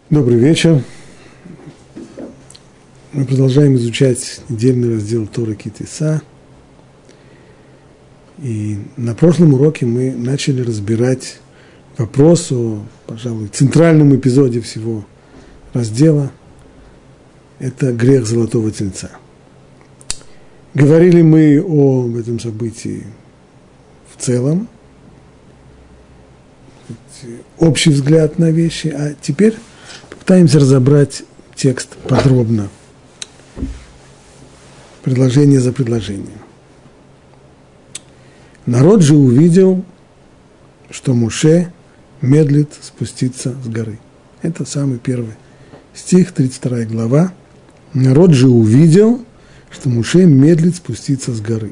Добрый вечер. Мы продолжаем изучать недельный раздел Торы Ки-Тиса. И на прошлом уроке мы начали разбирать вопрос о, пожалуй, центральном эпизоде всего раздела. Это грех Золотого Тельца. Говорили мы об этом событии в целом, общий взгляд на вещи, а теперь попытаемся разобрать текст подробно, предложение за предложением. Народ же увидел, что Моше медлит спуститься с горы. Это самый первый стих, 32 глава. Народ же увидел, что Моше медлит спуститься с горы.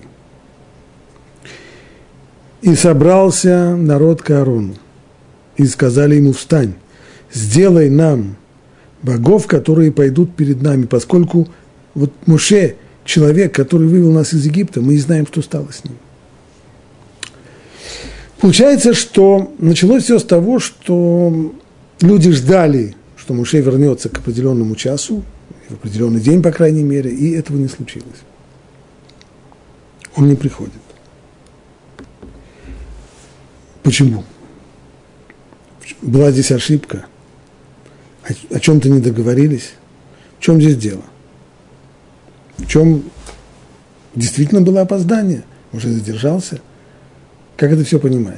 И собрался народ к Аарону, и сказали ему: встань, сделай нам богов, которые пойдут перед нами, поскольку вот Моше, человек, который вывел нас из Египта, мы не знаем, что стало с ним. Получается, что началось все с того, что люди ждали, что Моше вернется к определенному часу, в определенный день, по крайней мере, и этого не случилось. Он не приходит. Почему? Была здесь ошибка. О чем-то не договорились. В чем здесь дело? В чем действительно было опоздание? Может, задержался? Как это все понимать?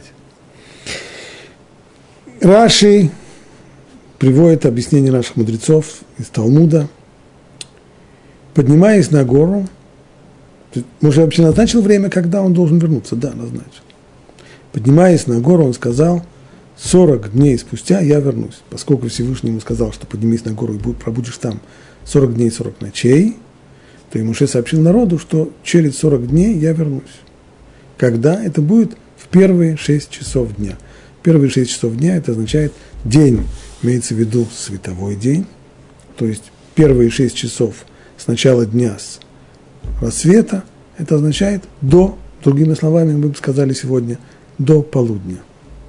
Раши приводит объяснение наших мудрецов из Талмуда. Поднимаясь на гору, Моше вообще назначил время, когда он должен вернуться? Да, назначил. Поднимаясь на гору, он сказал: 40 дней спустя я вернусь. Поскольку Всевышний ему сказал, что поднимись на гору и пробудешь там 40 дней и 40 ночей, то и Моше сообщил народу, что через 40 дней я вернусь. Когда? Это будет в первые 6 часов дня. Первые 6 часов дня – это означает день, имеется в виду световой день, то есть первые 6 часов с начала дня, с рассвета, это означает до, другими словами, мы бы сказали сегодня, до полудня.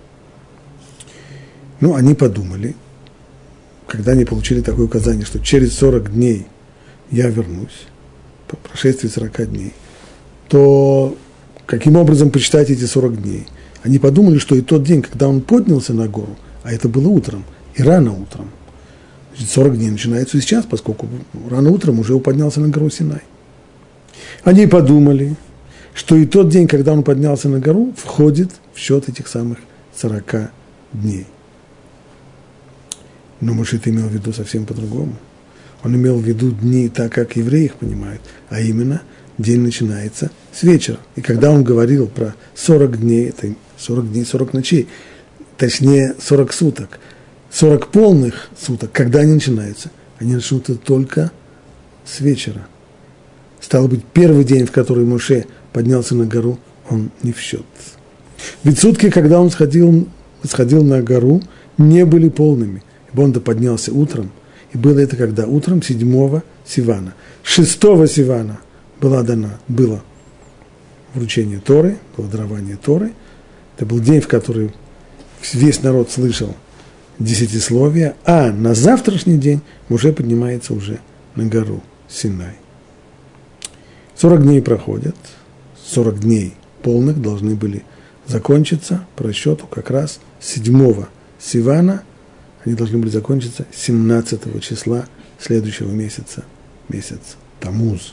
Ну, они подумали, когда они получили такое указание, что через 40 дней я вернусь, по прошествии 40 дней, то каким образом посчитать эти 40 дней? Они подумали, что и тот день, когда он поднялся на гору, а это было утром, и рано утром, 40 дней начинаются сейчас, поскольку рано утром уже он поднялся на гору Синай. Они подумали, что и тот день, когда он поднялся на гору, входит в счет этих самых 40 дней. Но Моше это имел в виду совсем по-другому. Он имел в виду дни так, как евреи их понимают, а именно день начинается с вечера. И когда он говорил про 40 дней, это 40 дней, 40 ночей, точнее 40 суток, 40 полных суток, когда они начинаются? Они начнутся только с вечера. Стало быть, первый день, в который Моше поднялся на гору, он не в счет. Ведь сутки, когда он сходил на гору, не были полными. Ибо он поднялся утром, и было это когда? Утром 7 Сивана. 6 Сивана было вручение Торы, было дарование Торы. Это был день, в который весь народ слышал десятисловие, а на завтрашний день Моше поднимается уже на гору Синай. 40 дней проходят, 40 дней полных должны были закончиться по расчету как раз 7 Сивана. Они должны были закончиться 17 числа следующего месяца, месяц Тамуз.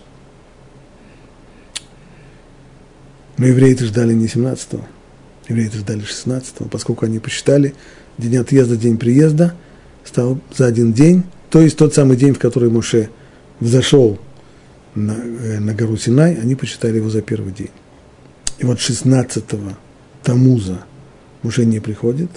Но евреи-то ждали не 17-го, евреи-то ждали 16-го, поскольку они посчитали день отъезда, день приезда, стал за один день, то есть тот самый день, в который Моше взошел на гору Синай, они посчитали его за первый день. И вот 16-го Тамуза Моше не приходит.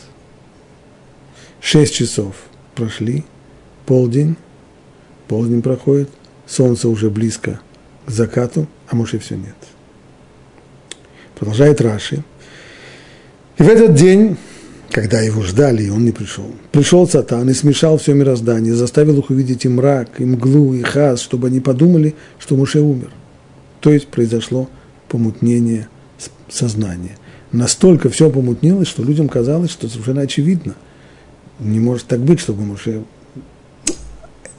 6 часов прошли, полдень проходит, солнце уже близко к закату, а Моше все нет. Продолжает Раши. И в этот день, когда его ждали, и он не пришел, пришел Сатан и смешал все мироздание, заставил их увидеть и мрак, и мглу, и хас, чтобы они подумали, что Моше умер. То есть произошло помутнение сознания. Настолько все помутнилось, что людям казалось, что совершенно очевидно. Не может так быть, чтобы Моше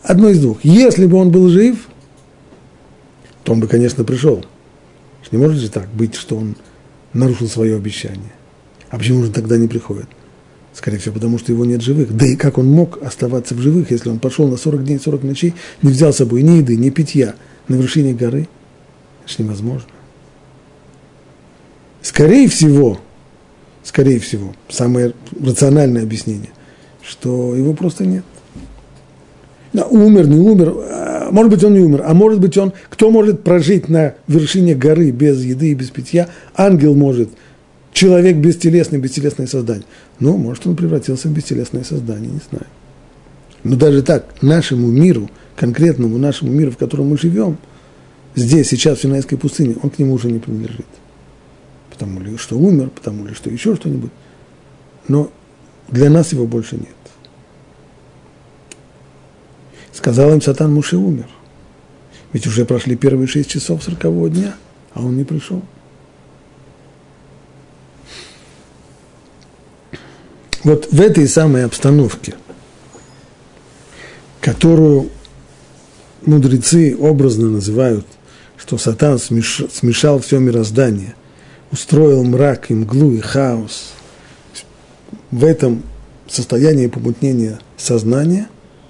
одно из двух. Если бы он был жив, то он бы, конечно, пришел. Не может же так быть, что он нарушил свое обещание. А почему же тогда не приходит? Скорее всего, потому что его нет живых. Да и как он мог оставаться в живых, если он пошел на 40 дней, 40 ночей, не взял с собой ни еды, ни питья на вершине горы? Это же невозможно. Скорее всего, самое рациональное объяснение, что его просто нет. Да, умер, не умер, может быть, он не умер, а может быть, он, кто может прожить на вершине горы без еды и без питья? Ангел может, человек бестелесное создание. Ну, может, он превратился в бестелесное создание, не знаю. Но даже так, нашему миру, конкретному нашему миру, в котором мы живем, здесь, сейчас, в Синайской пустыне, он к нему уже не принадлежит. Потому ли, что умер, потому ли, что еще что-нибудь. Но для нас его больше нет. Сказал им Сатан, Моше умер. Ведь уже прошли первые 6 часов 40-го дня, а он не пришел. Вот в этой самой обстановке, которую мудрецы образно называют, что Сатан смешал все мироздание, устроил мрак и мглу и хаос, в этом состоянии помутнения сознания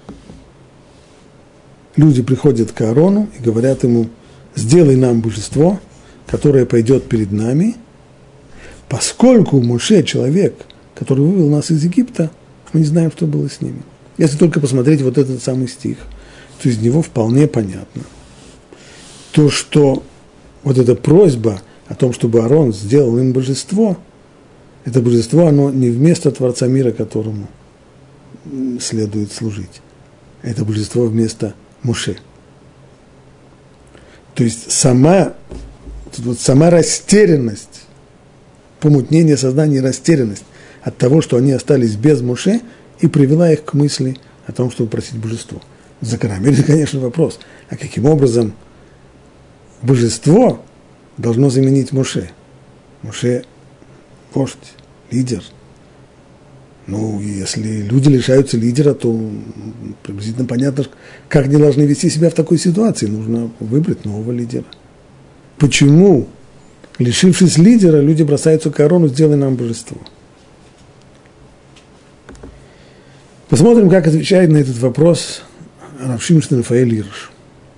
люди приходят к Аарону и говорят ему: сделай нам божество, которое пойдет перед нами, поскольку Моше, человек, который вывел нас из Египта, мы не знаем, что было с ними. Если только посмотреть вот этот самый стих, то из него вполне понятно то, что вот эта просьба о том, чтобы Аарон сделал им божество, это божество, оно не вместо Творца мира, которому следует служить. Это божество вместо Моше. То есть сама растерянность, помутнение сознания и растерянность от того, что они остались без Моше, и привела их к мысли о том, чтобы просить божество. Закономерный, конечно, вопрос. А каким образом божество должно заменить Моше? Моше – вождь, лидер. Ну, если люди лишаются лидера, то приблизительно понятно, как они должны вести себя в такой ситуации. Нужно выбрать нового лидера. Почему, лишившись лидера, люди бросаются к Аарону: сделай нам божество? Посмотрим, как отвечает на этот вопрос Рав Шимшон Рафаэль Ирш.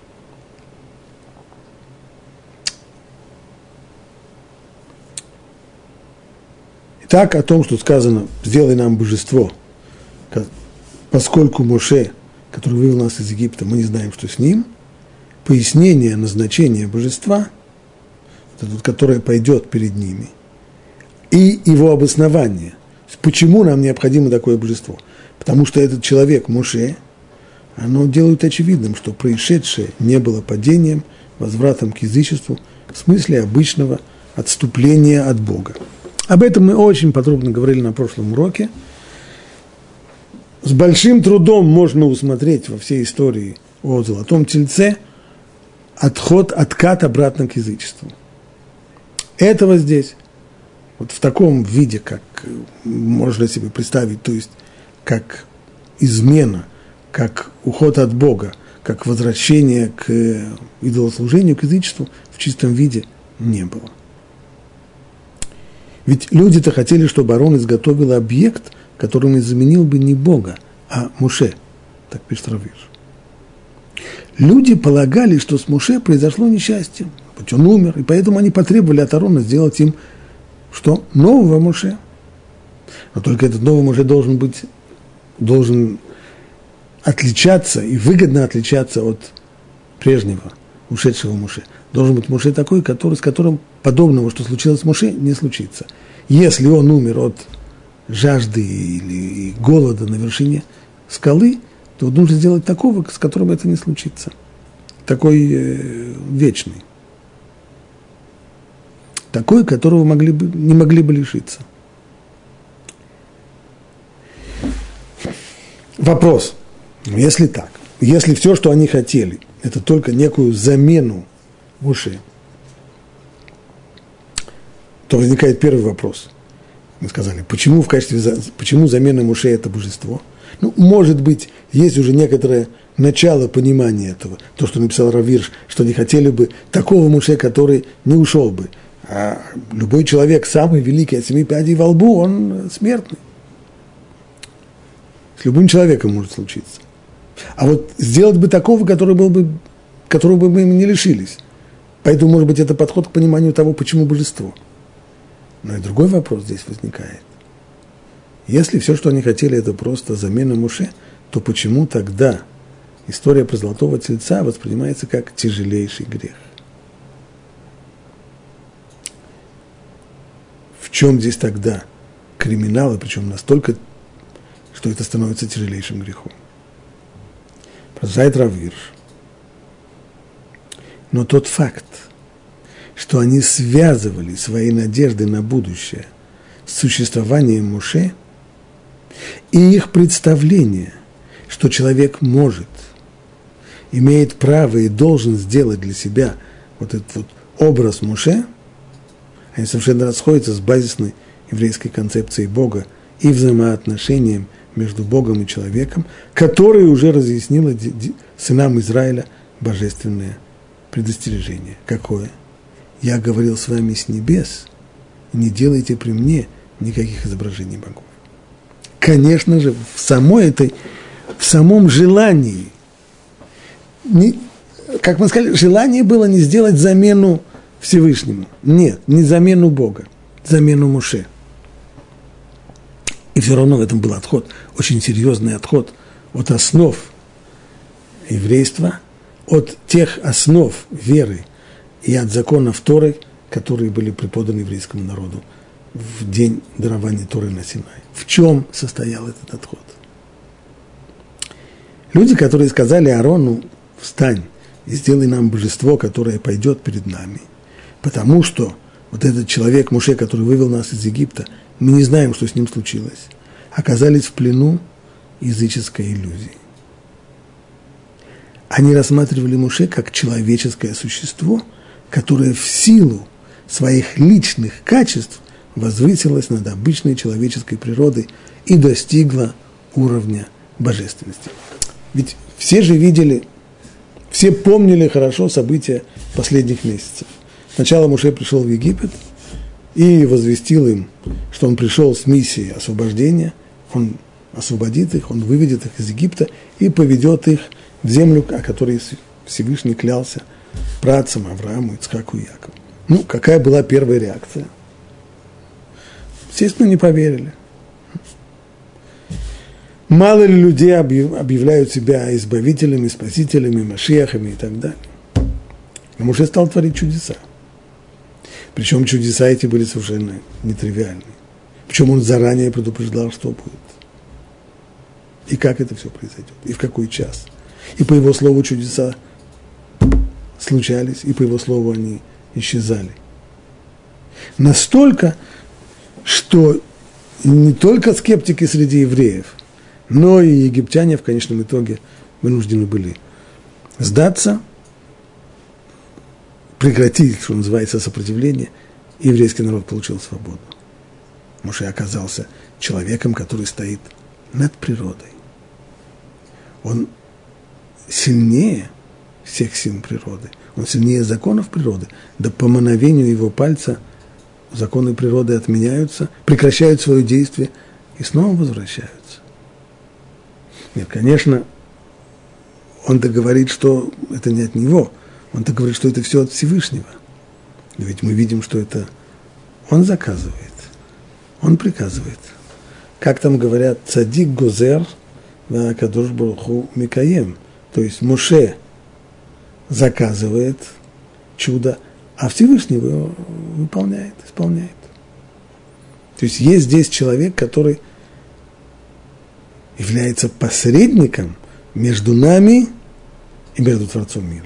Итак, о том, что сказано: сделай нам божество, поскольку Моше, который вывел нас из Египта, мы не знаем, что с ним, пояснение назначения божества, которое пойдет перед ними, и его обоснование, почему нам необходимо такое божество. Потому что этот человек, Моше, оно делает очевидным, что происшедшее не было падением, возвратом к язычеству, в смысле обычного отступления от Бога. Об этом мы очень подробно говорили на прошлом уроке. С большим трудом можно усмотреть во всей истории о Золотом Тельце откат обратно к язычеству. Этого здесь, вот в таком виде, как можно себе представить, то есть как измена, как уход от Бога, как возвращение к идолослужению, к язычеству, в чистом виде не было. Ведь люди-то хотели, чтобы Аарон изготовил объект, которым заменил бы не Бога, а Моше. Так пишет Рав Ирш. Люди полагали, что с Моше произошло несчастье, ведь он умер, и поэтому они потребовали от Аарона сделать им что? Нового Моше. Но только этот новый Моше должен отличаться и выгодно отличаться от прежнего, ушедшего Моше. Должен быть Моше такой, с которым подобного, что случилось с Моше, не случится. Если он умер от жажды или голода на вершине скалы, то нужно сделать такого, с которым это не случится. Такой вечный. Такой, которого не могли бы лишиться. Вопрос. Если так, если все, что они хотели, это только некую замену Моше, то возникает первый вопрос. Мы сказали, почему замена Моше – это божество? Ну, может быть, есть уже некоторое начало понимания этого. То, что написал Рав Ирш, что не хотели бы такого Моше, который не ушел бы. А любой человек, самый великий от 7 пядей во лбу, он смертный. С любым человеком может случиться. А вот сделать бы такого, которого бы мы не лишились. Поэтому, может быть, это подход к пониманию того, почему божество. Но и другой вопрос здесь возникает. Если все, что они хотели, это просто замена Моше, то почему тогда история про золотого тельца воспринимается как тяжелейший грех? В чем здесь тогда криминал, и причем настолько, что это становится тяжелейшим грехом? Продолжает Рав Ирш. Но тот факт, что они связывали свои надежды на будущее с существованием Моше, и их представление, что человек может, имеет право и должен сделать для себя вот этот вот образ Моше, они совершенно расходятся с базисной еврейской концепцией Бога и взаимоотношением между Богом и человеком, которое уже разъяснило сынам Израиля божественное предостережение. Какое? Я говорил с вами с небес, не делайте при мне никаких изображений богов. Конечно же, в самом желании, как мы сказали, желание было не сделать замену Всевышнему. Нет, не замену Бога, замену Моше. И все равно в этом был отход, очень серьезный отход от основ еврейства, от тех основ веры и от законов Торы, которые были преподаны еврейскому народу в день дарования Торы на Синай. В чем состоял этот отход? Люди, которые сказали Аарону: встань и сделай нам божество, которое пойдет перед нами, потому что вот этот человек Моше, который вывел нас из Египта, мы не знаем, что с ним случилось, оказались в плену языческой иллюзии. Они рассматривали Моше как человеческое существо, которое в силу своих личных качеств возвысилось над обычной человеческой природой и достигло уровня божественности. Ведь все же видели, все помнили хорошо события последних месяцев. Сначала Моше пришел в Египет и возвестил им, что он пришел с миссией освобождения, он освободит их, он выведет их из Египта и поведет их в землю, о которой Всевышний клялся працам Аврааму, Ицхаку и Якову. Ну, какая была первая реакция? Естественно, не поверили. Мало ли людей объявляют себя избавителями, спасителями, машиахами и так далее. Но Моше стал творить чудеса. Причем чудеса эти были совершенно нетривиальны. Причем он заранее предупреждал, что будет. И как это все произойдет, и в какой час. И по его слову чудеса случались, и по его слову они исчезали. Настолько, что не только скептики среди евреев, но и египтяне в конечном итоге вынуждены были сдаться, прекратить, что называется, сопротивление, и еврейский народ получил свободу. Моше оказался человеком, который стоит над природой. Он сильнее всех сил природы, он сильнее законов природы. Да по мановению его пальца законы природы отменяются, прекращают свое действие и снова возвращаются. Нет, конечно, он-то говорит, что это не от него, он-то говорит, что это все от Всевышнего. Но ведь мы видим, что это он заказывает, он приказывает. Как там говорят, цадик гозер, кадош барух ху микаем. То есть Моше заказывает чудо, а Всевышний его выполняет, исполняет. То есть здесь человек, который является посредником между нами и между Творцом мира.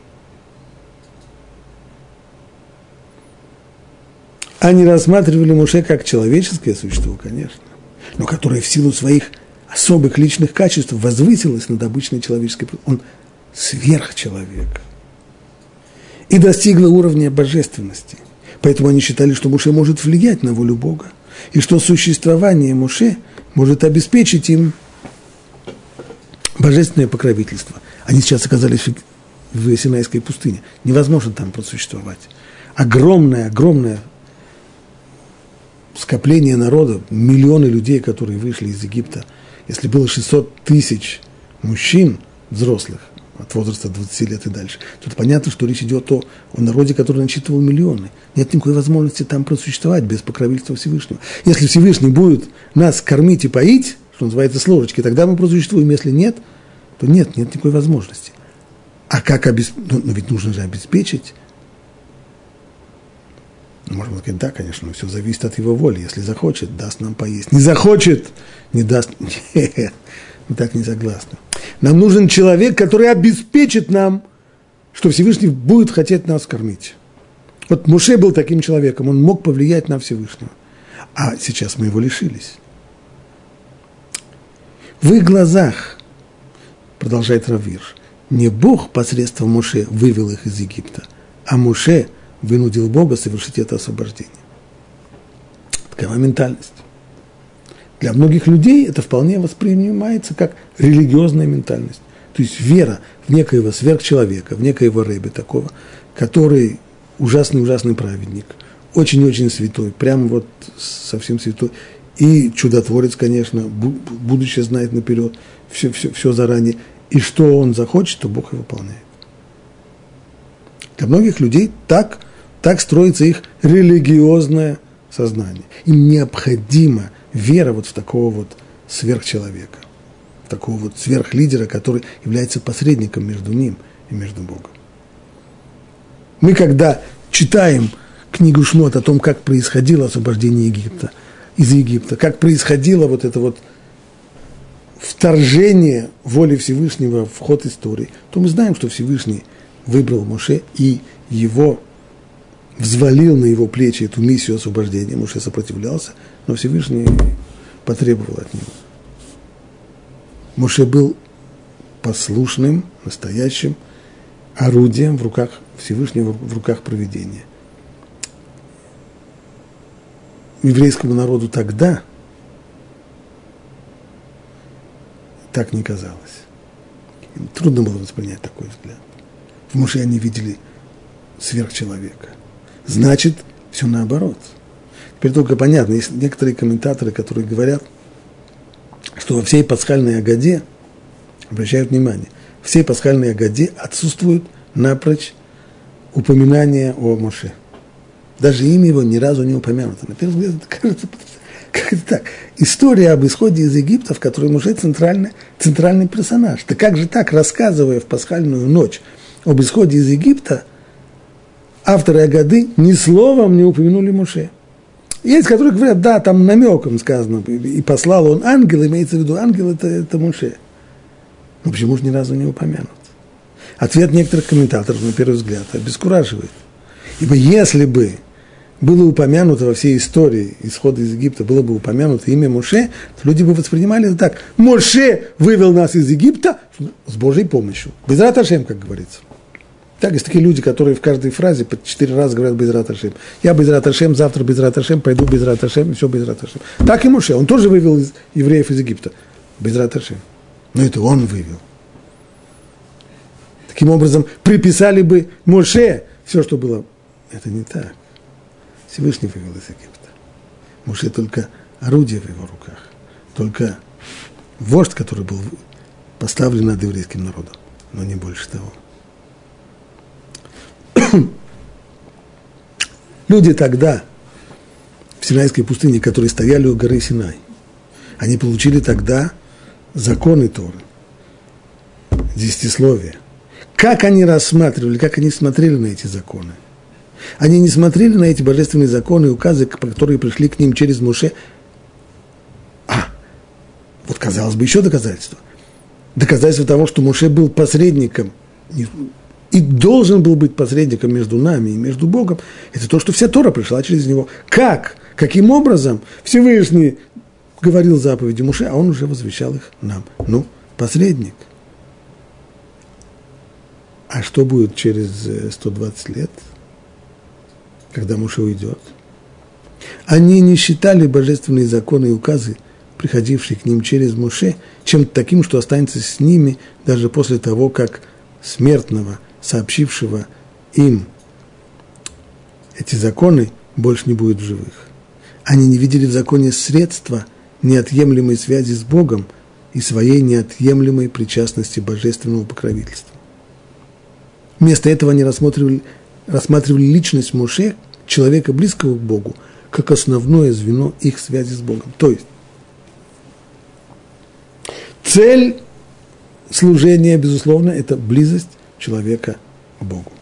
Они рассматривали Моше как человеческое существо, конечно, но которое в силу своих особых личных качеств возвысилось над обычной человеческой природой. Он сверхчеловек. И достигло уровня божественности. Поэтому они считали, что Моше может влиять на волю Бога, и что существование Моше может обеспечить им божественное покровительство. Они сейчас оказались в Синайской пустыне. Невозможно там просуществовать. Огромное скопление народа, миллионы людей, которые вышли из Египта. Если было 600 тысяч мужчин взрослых от возраста 20 лет и дальше, то понятно, что речь идет о народе, который насчитывал миллионы. Нет никакой возможности там просуществовать без покровительства Всевышнего. Если Всевышний будет нас кормить и поить, что называется, с ложечки, тогда мы просуществуем. Если нет, то нет никакой возможности. А как обеспечить? Ну, ведь нужно же обеспечить. Можно сказать, да, конечно, но все зависит от его воли. Если захочет, даст нам поесть. Не захочет, не даст. Нет, мы так не согласны. Нам нужен человек, который обеспечит нам, что Всевышний будет хотеть нас кормить. Вот Моше был таким человеком, он мог повлиять на Всевышнего. А сейчас мы его лишились. В их глазах, продолжает Рав Вирш, не Бог посредством Моше вывел их из Египта, а Моше вынудил Бога совершить это освобождение. Такова ментальность. Для многих людей это вполне воспринимается как религиозная ментальность. То есть вера в некоего сверхчеловека, в некоего Ребе такого, который ужасный праведник, очень-очень святой, прямо вот совсем святой, и чудотворец, конечно, будущее знает наперед, все заранее, и что он захочет, то Бог и выполняет. Для многих людей так строится их религиозное сознание. Им необходима вера вот в такого вот сверхчеловека, в такого вот сверхлидера, который является посредником между ним и между Богом. Мы, когда читаем книгу Шмот о том, как происходило освобождение из Египта, как происходило вот это вот вторжение воли Всевышнего в ход истории, то мы знаем, что Всевышний выбрал Моше и его взвалил на его плечи эту миссию освобождения. Моше сопротивлялся, но Всевышний потребовал от него. Моше был послушным, настоящим орудием в руках Всевышнего, в руках провидения. Еврейскому народу тогда так не казалось. Им трудно было воспринять такой взгляд. В Моше они видели сверхчеловека. Значит, все наоборот. Теперь только понятно, есть некоторые комментаторы, которые говорят, что во всей пасхальной Агаде, обращают внимание, в всей пасхальной Агаде отсутствует напрочь упоминание о Моше. Даже имя его ни разу не упомянуто. На первый взгляд, это кажется, как это так? История об исходе из Египта, в которой Моше центральный персонаж. Да как же так, рассказывая в пасхальную ночь об исходе из Египта, авторы Агады ни словом не упомянули Моше. Есть, которые говорят, да, там намеком сказано, и послал он ангел, имеется в виду, ангел это Моше. Но почему же ни разу не упомянут? Ответ некоторых комментаторов, на первый взгляд, обескураживает. Ибо если бы было упомянуто во всей истории исхода из Египта, было бы упомянуто имя Моше, то люди бы воспринимали это так. Моше вывел нас из Египта с Божьей помощью. Безрат Ашем, как говорится. Так, есть такие люди, которые в каждой фразе по 4 раза говорят Безрат Ашем. Я Безрат Ашем, завтра Безрат Ашем, пойду Безрат Ашем, и все Безрат Ашем. Так и Моше, он тоже вывел евреев из Египта. Безрат Ашем. Но это он вывел. Таким образом, приписали бы Моше все, что было. Это не так. Всевышний вывел из Египта. Моше только орудие в его руках. Только вождь, который был поставлен над еврейским народом. Но не больше того. Люди тогда, в Синайской пустыне, которые стояли у горы Синай, они получили тогда законы Торы, десятисловие. Как они рассматривали, как они смотрели на эти законы? Они не смотрели на эти божественные законы и указы, которые пришли к ним через Моше. Вот казалось бы, еще доказательство. Доказательство того, что Моше был посредником и должен был быть посредником между нами и между Богом, это то, что вся Тора пришла через него. Как? Каким образом Всевышний говорил заповеди Моше, а он уже возвещал их нам? Ну, посредник. А что будет через 120 лет, когда Моше уйдет? Они не считали божественные законы и указы приходивший к ним через Моше, чем-то таким, что останется с ними даже после того, как смертного, сообщившего им эти законы, больше не будет в живых. Они не видели в законе средства неотъемлемой связи с Богом и своей неотъемлемой причастности божественного покровительства. Вместо этого они рассматривали личность Моше, человека близкого к Богу, как основное звено их связи с Богом. То есть цель служения, безусловно, это близость человека к Богу.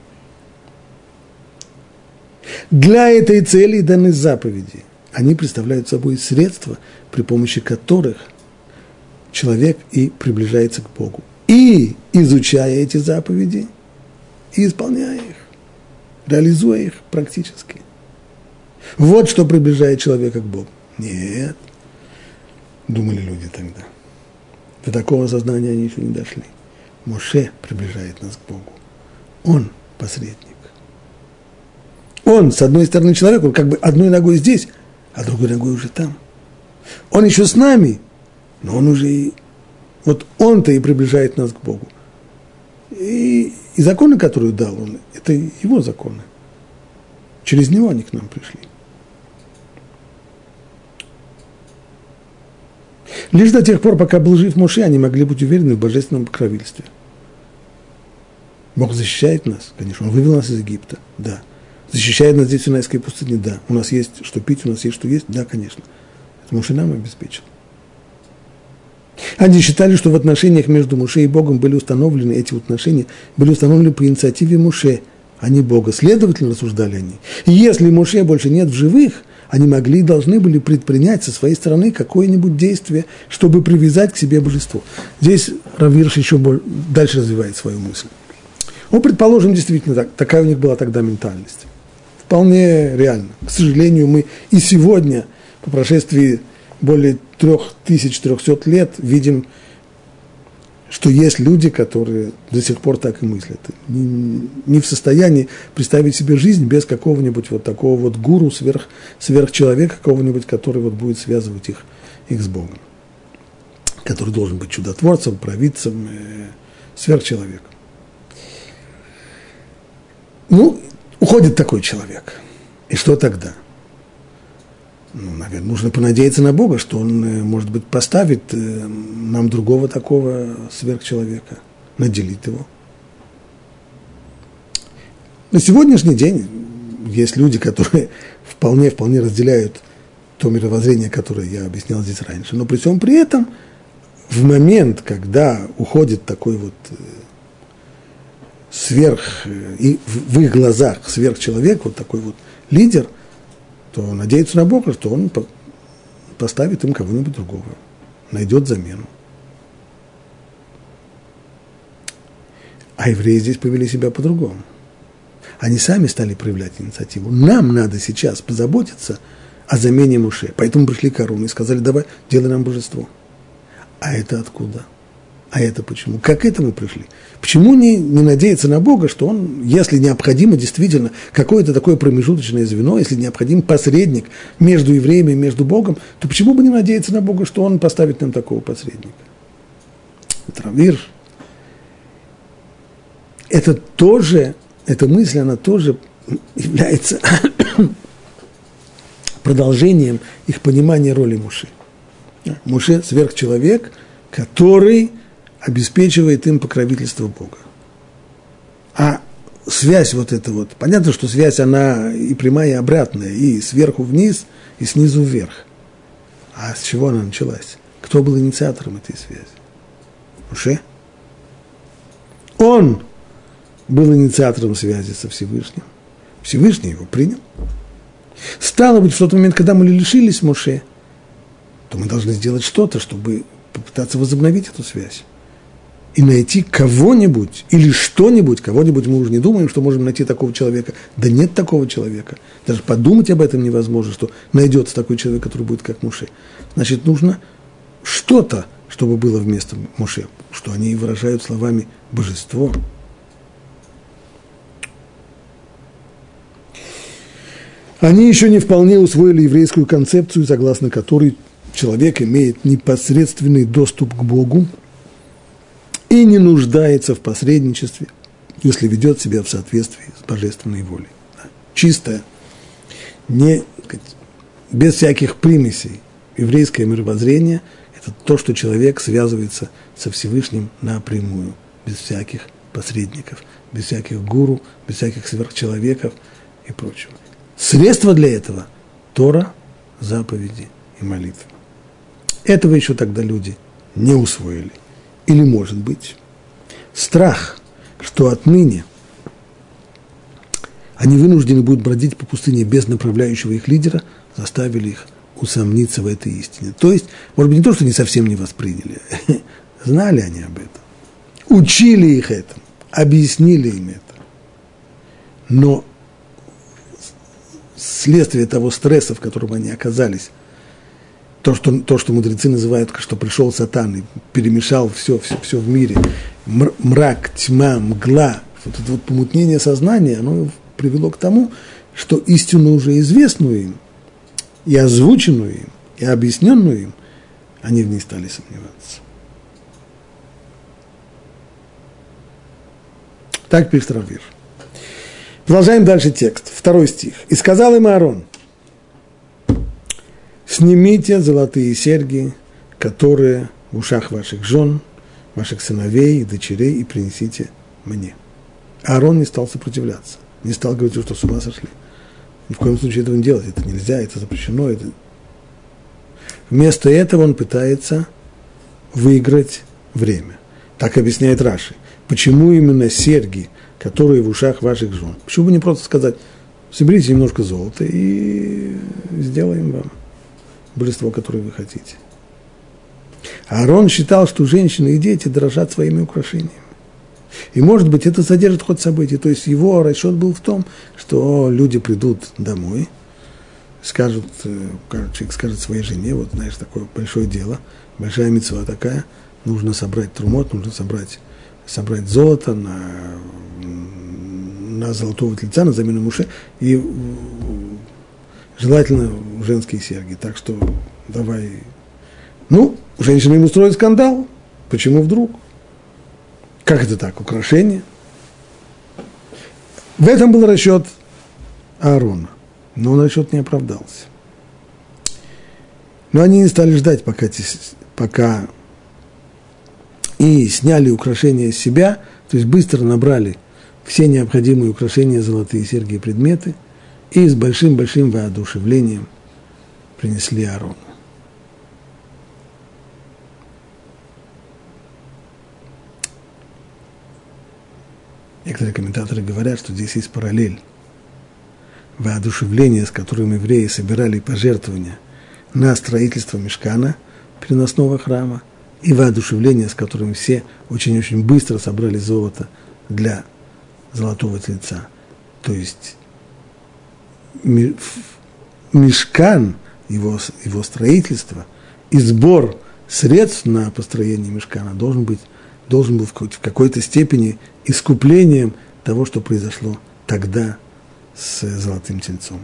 Для этой цели даны заповеди. Они представляют собой средства, при помощи которых человек и приближается к Богу. И, изучая эти заповеди, и исполняя их, реализуя их практически. Вот что приближает человека к Богу. Нет, думали люди тогда. До такого сознания они еще не дошли. Моше приближает нас к Богу. Он посредник. Он, с одной стороны, человек, он как бы одной ногой здесь, а другой ногой уже там. Он еще с нами, но он уже и... Вот он-то и приближает нас к Богу. И законы, которые дал он, это его законы. Через него они к нам пришли. Лишь до тех пор, пока был жив Моше, они могли быть уверены в божественном покровительстве. Бог защищает нас, конечно, Он вывел нас из Египта, да. Защищает нас здесь в Синайской пустыне, да. У нас есть что пить, у нас есть что есть, да, конечно. Это Моше нам обеспечил. Они считали, что в отношениях между Моше и Богом были установлены, эти отношения были установлены по инициативе Моше, а не Бога. Следовательно, рассуждали они. И если Моше больше нет в живых, они могли и должны были предпринять со своей стороны какое-нибудь действие, чтобы привязать к себе божество. Здесь Рав Гирш еще дальше развивает свою мысль. Ну, предположим, действительно, такая у них была тогда ментальность. Вполне реально. К сожалению, мы и сегодня, по прошествии более 3300 лет, видим, что есть люди, которые до сих пор так и мыслят. Не в состоянии представить себе жизнь без какого-нибудь вот такого вот гуру, сверхчеловека, какого-нибудь, который вот будет связывать их с Богом. Который должен быть чудотворцем, провидцем, сверхчеловеком. Ну, уходит такой человек. И что тогда? Ну, наверное, нужно понадеяться на Бога, что Он, может быть, поставит нам другого такого сверхчеловека, наделит его. На сегодняшний день есть люди, которые вполне разделяют то мировоззрение, которое я объяснял здесь раньше. Но при всем при этом, в момент, когда уходит такой вот и в их глазах сверхчеловек, вот такой вот лидер, то надеются на Бога, что Он поставит им кого-нибудь другого, найдет замену. А евреи здесь повели себя по-другому. Они сами стали проявлять инициативу. Нам надо сейчас позаботиться о замене Моше. Поэтому пришли к Аарону и сказали: давай, делай нам божество. А это откуда? А это почему? Как к этому пришли? Почему не надеяться на Бога, что Он, если необходимо действительно какое-то такое промежуточное звено, если необходим посредник между евреями и между Богом, то почему бы не надеяться на Бога, что Он поставит нам такого посредника? Рав Гирш. Эта мысль, она тоже является продолжением их понимания роли Моше. Моше – сверхчеловек, который обеспечивает им покровительство Бога. А связь вот эта вот, понятно, что связь, она и прямая, и обратная, и сверху вниз, и снизу вверх. А с чего она началась? Кто был инициатором этой связи? Моше. Он был инициатором связи со Всевышним. Всевышний его принял. Стало быть, в тот момент, когда мы лишились Моше, то мы должны сделать что-то, чтобы попытаться возобновить эту связь. И найти кого-нибудь или что-нибудь, кого-нибудь мы уже не думаем, что можем найти такого человека. Да нет такого человека. Даже подумать об этом невозможно, что найдется такой человек, который будет как Моше. Значит, нужно что-то, чтобы было вместо Моше, что они выражают словами «божество». Они еще не вполне усвоили еврейскую концепцию, согласно которой человек имеет непосредственный доступ к Богу и не нуждается в посредничестве, если ведет себя в соответствии с божественной волей. Чистое, без всяких примесей еврейское мировоззрение – это то, что человек связывается со Всевышним напрямую, без всяких посредников, без всяких гуру, без всяких сверхчеловеков и прочего. Средство для этого – Тора, заповеди и молитва. Этого еще тогда люди не усвоили. Или, может быть, страх, что отныне они вынуждены будут бродить по пустыне без направляющего их лидера, заставили их усомниться в этой истине. То есть, может быть, не то, что они совсем не восприняли, знали они об этом, учили их этому, объяснили им это. Но следствие того стресса, в котором они оказались, то, что мудрецы называют, что пришел сатан и перемешал все в мире, мрак, тьма, мгла, вот это вот помутнение сознания, оно привело к тому, что истину уже известную им, и озвученную им, и объясненную им, они в ней стали сомневаться. Так пишет Рав Вир. Продолжаем дальше текст. 2 стих. «И сказал им Аарон: снимите золотые серьги, которые в ушах ваших жен, ваших сыновей и дочерей, и принесите мне». Аарон не стал сопротивляться, не стал говорить, что с ума сошли. Ни в коем случае этого не делать, это нельзя, это запрещено. Вместо этого он пытается выиграть время. Так объясняет Раши. Почему именно серьги, которые в ушах ваших жен? Почему бы не просто сказать: соберите немножко золота и сделаем вам божество, которое вы хотите. Аарон считал, что женщины и дети дорожат своими украшениями. И, может быть, это содержит ход событий. То есть его расчет был в том, что люди придут домой, человек скажет своей жене: вот, знаешь, такое большое дело, большая мицва такая, нужно собрать трумот, нужно собрать золото на золотого тельца, на замену муше, и желательно женские серьги. Так что давай. Ну, женщина им устроит скандал. Почему вдруг? Как это так? Украшение? В этом был расчет Аарона, но он расчет не оправдался. Но они не стали ждать, пока и сняли украшения с себя, то есть быстро набрали все необходимые украшения, золотые серьги и предметы, и с большим-большим воодушевлением принесли Аарону. Некоторые комментаторы говорят, что здесь есть параллель. Воодушевление, с которым евреи собирали пожертвования на строительство мишкана, переносного храма, и воодушевление, с которым все очень-очень быстро собрали золото для золотого тельца. То есть мишкан, его строительство и сбор средств на построение мишкана должен был в какой-то степени искуплением того, что произошло тогда с золотым тельцом.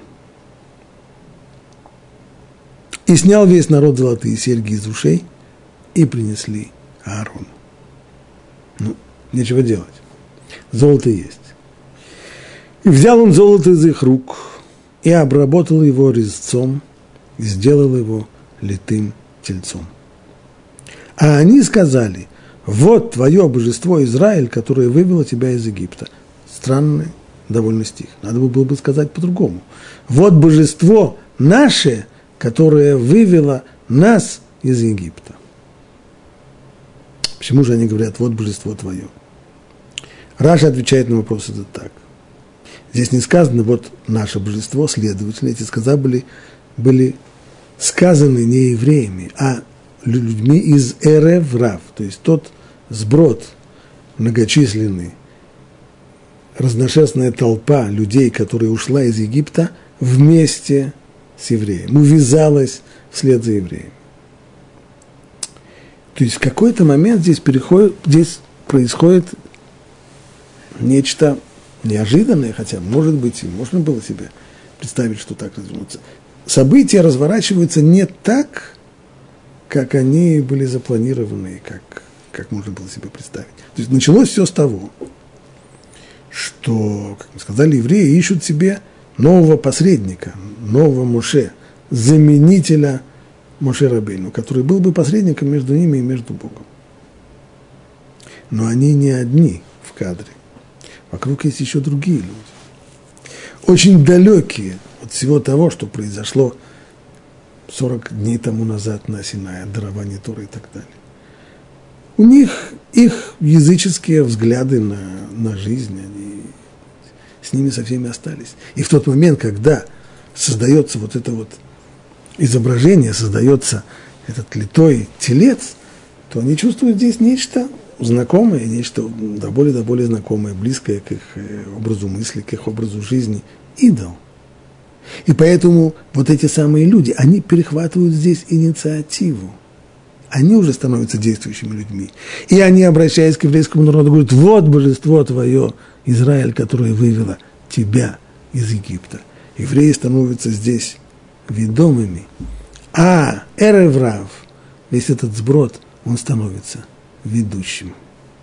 И снял весь народ золотые серьги из ушей и принесли Аарону. Ну, нечего делать. Золото есть. И взял он золото из их рук и обработал его резцом и сделал его литым тельцом. А они сказали: вот твое божество Израиль, которое вывело тебя из Египта. Странный довольно стих. Надо было бы сказать по-другому. Вот божество наше, которое вывело нас из Египта. Почему же они говорят: вот божество твое? Раша отвечает на вопрос это так. Здесь не сказано: вот наше божество, следовательно, эти сказа были сказаны не евреями, а людьми из Эрев Рав, то есть тот сброд многочисленный, разношерстная толпа людей, которая ушла из Египта вместе с евреем, увязалась вслед за евреем. То есть в какой-то момент здесь происходит нечто неожиданное, хотя, может быть, и можно было себе представить, что так развернуться. События разворачиваются не так, как они были запланированы, как можно было себе представить. То есть началось все с того, что, как мы сказали, евреи ищут себе нового посредника, нового Моше, заменителя Моше Рабейну, который был бы посредником между ними и между Богом. Но они не одни в кадре. Вокруг есть еще другие люди, очень далекие от всего того, что произошло 40 дней тому назад на Синае, от дарования Торы и так далее. У них их языческие взгляды на жизнь, они с ними со всеми остались. И в тот момент, когда создается вот это вот изображение, создается этот литой телец, то они чувствуют здесь нечто знакомое, нечто до более знакомое, близкое к их образу мысли, к их образу жизни, идол. И поэтому вот эти самые люди, они перехватывают здесь инициативу. Они уже становятся действующими людьми. И они, обращаясь к еврейскому народу, говорят: вот божество твое, Израиль, которое вывело тебя из Египта. Евреи становятся здесь ведомыми. А Эреврав, весь этот сброд, он становится ведущим.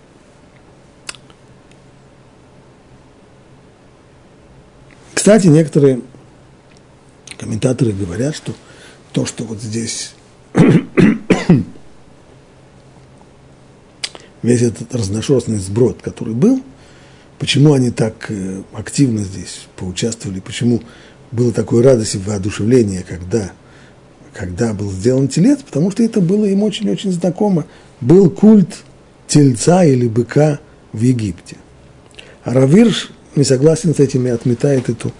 Кстати, некоторые комментаторы говорят, что то, что вот здесь весь этот разношерстный сброд, который был, почему они так активно здесь поучаствовали, почему было такое радость и воодушевление, когда был сделан телец, потому что это было им очень-очень знакомо. Был культ тельца или быка в Египте. А Рав Ирш не согласен с этим и отметает эту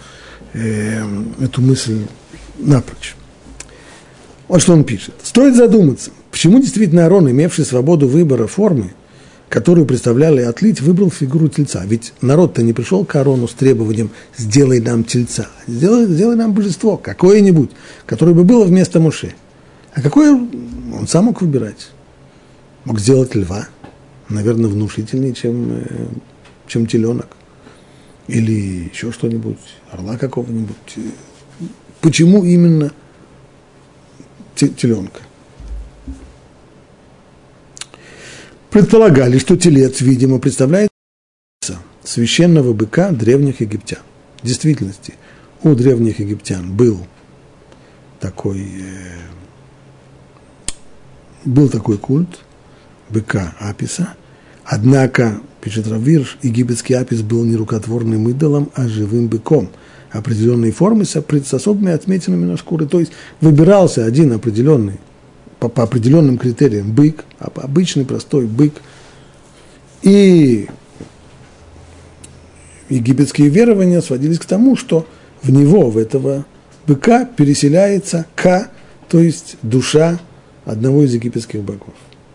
мысль напрочь. Вот что он пишет. Стоит задуматься, почему действительно Аарон, имевший свободу выбора формы, которую представляли отлить, выбрал фигуру тельца. Ведь народ-то не пришел к Аарону с требованием: сделай нам тельца, сделай нам божество, какое-нибудь, которое бы было вместо Моше. А какое он сам мог выбирать? Мог сделать льва, наверное, внушительнее, чем теленок. Или еще что-нибудь, орла какого-нибудь. Почему именно теленка? Предполагали, что телец, видимо, представляет священного быка древних египтян. В действительности, у древних египтян был такой культ быка Аписа. Однако, пишет Рав Ирш, египетский Апис был не рукотворным идолом, а живым быком определенной формы с особыми отметинами на шкуре. То есть выбирался один определенный, по определенным критериям, бык, обычный простой бык. И египетские верования сводились к тому, что в него, в этого быка, переселяется Ка, то есть душа одного из египетских богов.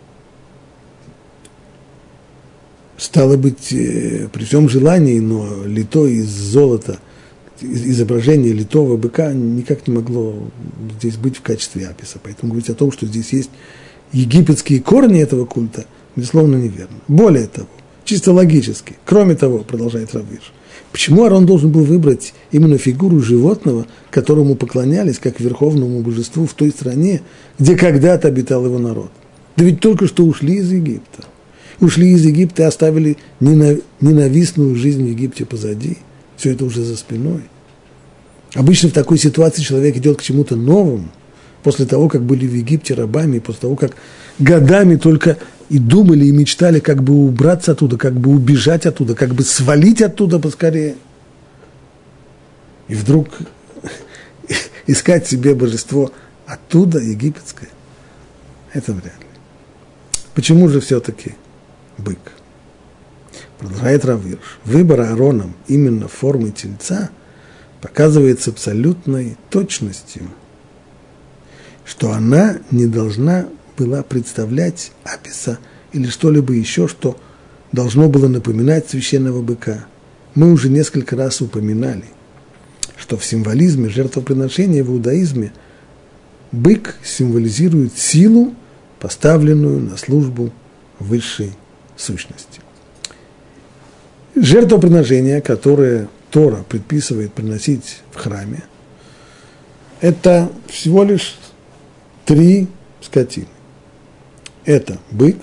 Стало быть, при всем желании, но литой из золота, изображение литого быка никак не могло здесь быть в качестве Аписа. Поэтому говорить о том, что здесь есть египетские корни этого культа, безусловно, неверно. Более того, чисто логически, кроме того, продолжает Рав Ирш, почему Аарон должен был выбрать именно фигуру животного, которому поклонялись как верховному божеству в той стране, где когда-то обитал его народ? Да ведь только что ушли из Египта. Ушли из Египта и оставили ненавистную жизнь в Египте позади. Все это уже за спиной. Обычно в такой ситуации человек идет к чему-то новому, после того, как были в Египте рабами, после того, как годами только и думали, и мечтали, как бы убраться оттуда, как бы убежать оттуда, как бы свалить оттуда поскорее. И вдруг искать себе божество оттуда, египетское, это вряд ли. Почему же все-таки бык? Продолжает Рав Ирш. Выбор Аароном именно формы тельца показывает с абсолютной точностью, что она не должна была представлять Аписа или что-либо еще, что должно было напоминать священного быка. Мы уже несколько раз упоминали, что в символизме жертвоприношения в иудаизме бык символизирует силу, поставленную на службу высшей сущности. Жертвоприношение, которое Тора предписывает приносить в храме, это всего лишь 3 скотины. Это бык,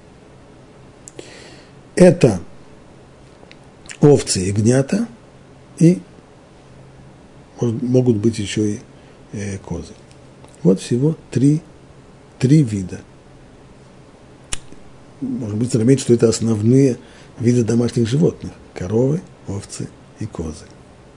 это овцы и ягнята, и могут быть еще и козы. Вот всего три вида. Можно быть заметить, что это основные виды домашних животных. Коровы, овцы и козы.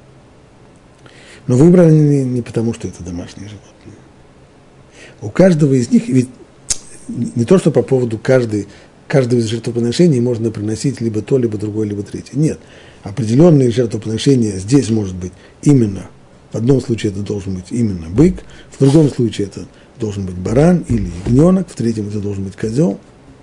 Но выбрали не потому, что это домашние животные. У каждого из них, ведь не то, что по поводу каждого из жертвоприношений можно приносить либо то, либо другое, либо третье. Нет. Определенные жертвоприношения здесь может быть именно, в одном случае это должен быть именно бык, в другом случае это должен быть баран или ягненок, в третьем это должен быть козел.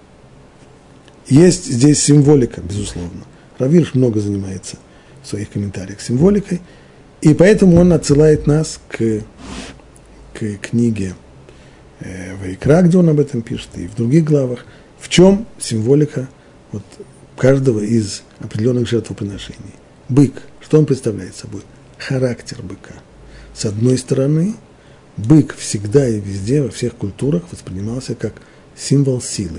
Есть здесь символика, безусловно. Рав Ирш много занимается в своих комментариях символикой, и поэтому он отсылает нас к книге Вайкра, где он об этом пишет, и в других главах, в чем символика вот каждого из определенных жертвоприношений. Бык, что он представляет собой? Характер быка. С одной стороны, бык всегда и везде, во всех культурах воспринимался как символ силы.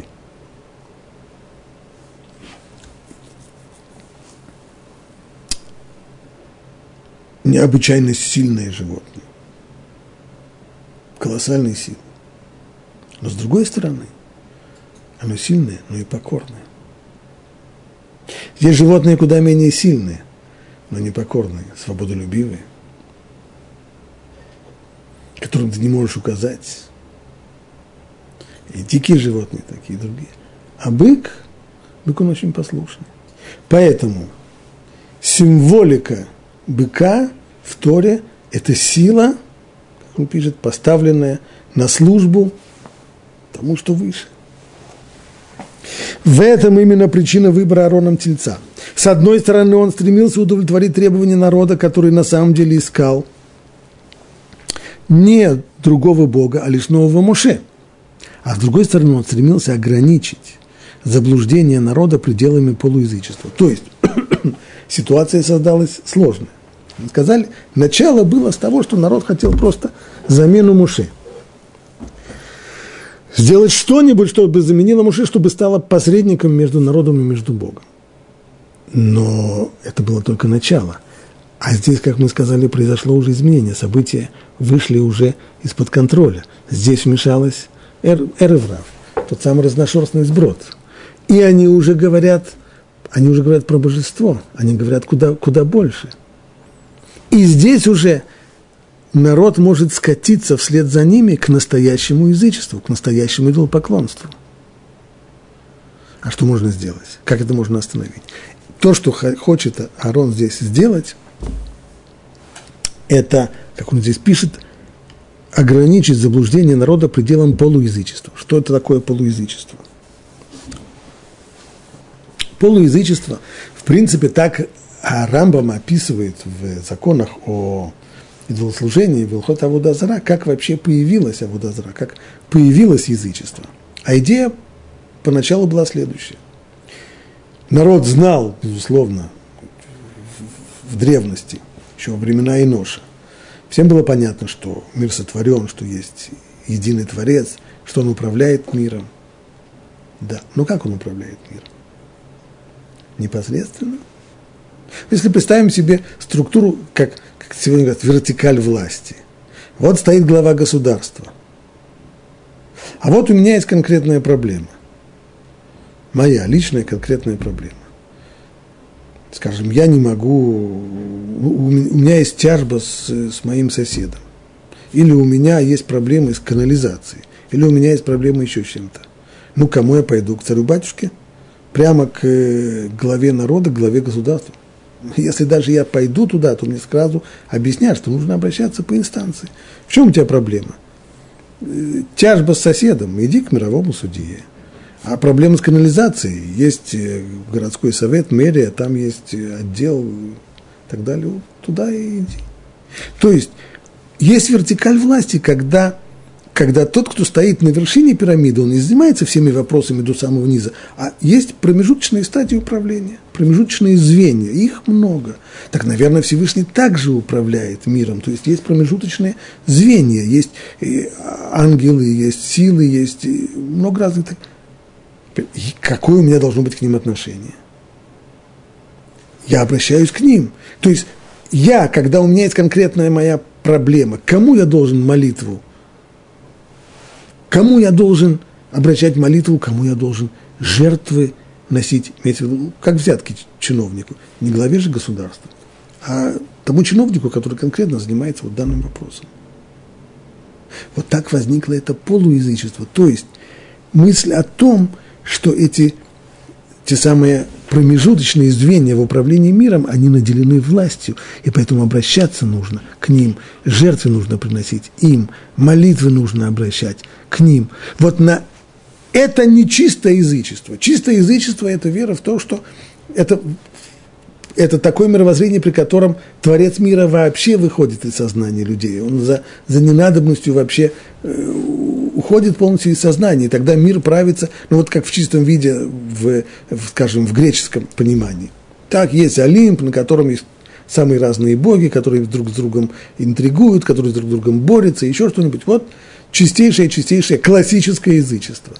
Необычайно сильное животное. Колоссальной силы. Но с другой стороны, оно сильное, но и покорное. Есть животные куда менее сильные, но непокорные, свободолюбивые, которым ты не можешь указать. И дикие животные такие, и другие. А бык он очень послушный. Поэтому символика быка в Торе – это сила, как он пишет, поставленная на службу тому, что выше. В этом именно причина выбора Аароном тельца. С одной стороны, он стремился удовлетворить требования народа, который на самом деле искал не другого Бога, а лишь нового Моше. А с другой стороны, он стремился ограничить заблуждение народа пределами полуязычества. То есть, ситуация создалась сложная. Сказали, начало было с того, что народ хотел просто замену Моше. Сделать что-нибудь, чтобы заменило Моше, чтобы стало посредником между народом и между Богом. Но это было только начало. А здесь, как мы сказали, произошло уже изменение. События вышли уже из-под контроля. Здесь вмешалась Эрев Рав, тот самый разношерстный сброд. И они уже говорят про божество. Они говорят куда больше. И здесь уже народ может скатиться вслед за ними к настоящему язычеству, к настоящему идолопоклонству. А что можно сделать? Как это можно остановить? То, что хочет Аарон здесь сделать, это, как он здесь пишет, ограничить заблуждение народа пределом полуязычества. Что это такое полуязычество? Полуязычество, в принципе, так Рамбам описывает в законах о идолослужении, в Илхот Авода Зара, как вообще появилась Авода Зара, как появилось язычество. А идея поначалу была следующая. Народ знал, безусловно, в древности, еще во времена Еноша, всем было понятно, что мир сотворен, что есть единый Творец, что он управляет миром. Да, но как он управляет миром? Непосредственно. Если представим себе структуру, как сегодня говорят, вертикаль власти. Вот стоит глава государства. А вот у меня есть конкретная проблема. Моя личная конкретная проблема. Скажем, я не могу, у меня есть тяжба с моим соседом. Или у меня есть проблемы с канализацией. Или у меня есть проблемы еще с чем-то. Ну, к кому я пойду? К царю-батюшке? Прямо к главе народа, к главе государства? Если даже я пойду туда, то мне сразу объяснят, что нужно обращаться по инстанции. В чем у тебя проблема? Тяжба с соседом, иди к мировому судье. А проблема с канализацией, есть городской совет, мэрия, там есть отдел и так далее, туда и иди. То есть вертикаль власти, когда тот, кто стоит на вершине пирамиды, он не занимается всеми вопросами до самого низа, а есть промежуточные стадии управления, промежуточные звенья, их много. Так, наверное, Всевышний также управляет миром, то есть промежуточные звенья, есть ангелы, есть силы, есть много разных. И какое у меня должно быть к ним отношение? Я обращаюсь к ним. То есть я, когда у меня есть конкретная моя проблема, кому я должен молитву? Кому я должен обращать молитву, кому я должен жертвы носить, имеется в виду, как взятки чиновнику, не главе же государства, а тому чиновнику, который конкретно занимается вот данным вопросом. Вот так возникло это полуязычество, то есть мысль о том, что те самые промежуточные звенья в управлении миром, они наделены властью, и поэтому обращаться нужно к ним, жертвы нужно приносить им, молитвы нужно обращать к ним. Вот это не чистое язычество. Чистое язычество – это вера в то, что это такое мировоззрение, при котором Творец мира вообще выходит из сознания людей. Он за ненадобностью вообще уходит полностью из сознания. И тогда мир правится, ну вот как в чистом виде, скажем, в греческом понимании. Так, есть Олимп, на котором есть самые разные боги, которые друг с другом интригуют, которые друг с другом борются, еще что-нибудь. Вот чистейшее классическое язычество.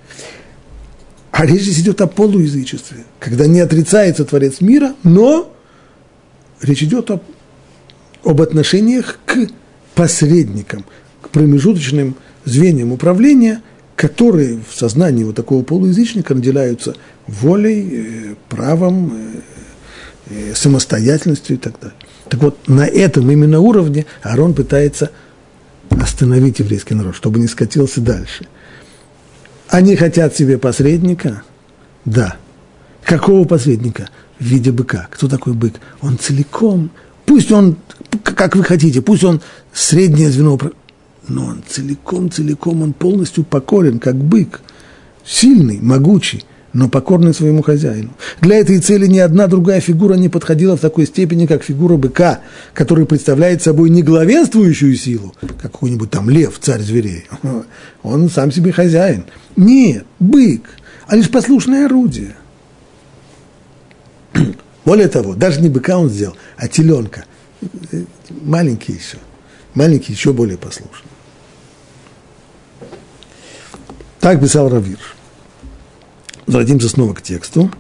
А речь здесь идет о полуязычестве, когда не отрицается Творец мира, но речь идет об отношениях к посредникам, к промежуточным звеньям управления, которые в сознании вот такого полуязычника наделяются волей, правом, самостоятельностью и так далее. Так вот, на этом именно уровне Аарон пытается остановить еврейский народ, чтобы не скатился дальше. Они хотят себе посредника? Да. Какого посредника? В виде быка. Кто такой бык? Он целиком, пусть он, как вы хотите, пусть он среднее звено, но он целиком, он полностью покорен, как бык. Сильный, могучий, но покорный своему хозяину. Для этой цели ни одна другая фигура не подходила в такой степени, как фигура быка, который представляет собой не главенствующую силу, как какой-нибудь там лев, царь зверей. Он сам себе хозяин. Нет, бык, а лишь послушное орудие. Более того, даже не быка он сделал, а теленка. Маленький еще более послушный. Так писал Рав Ирш. Возвратимся снова к тексту.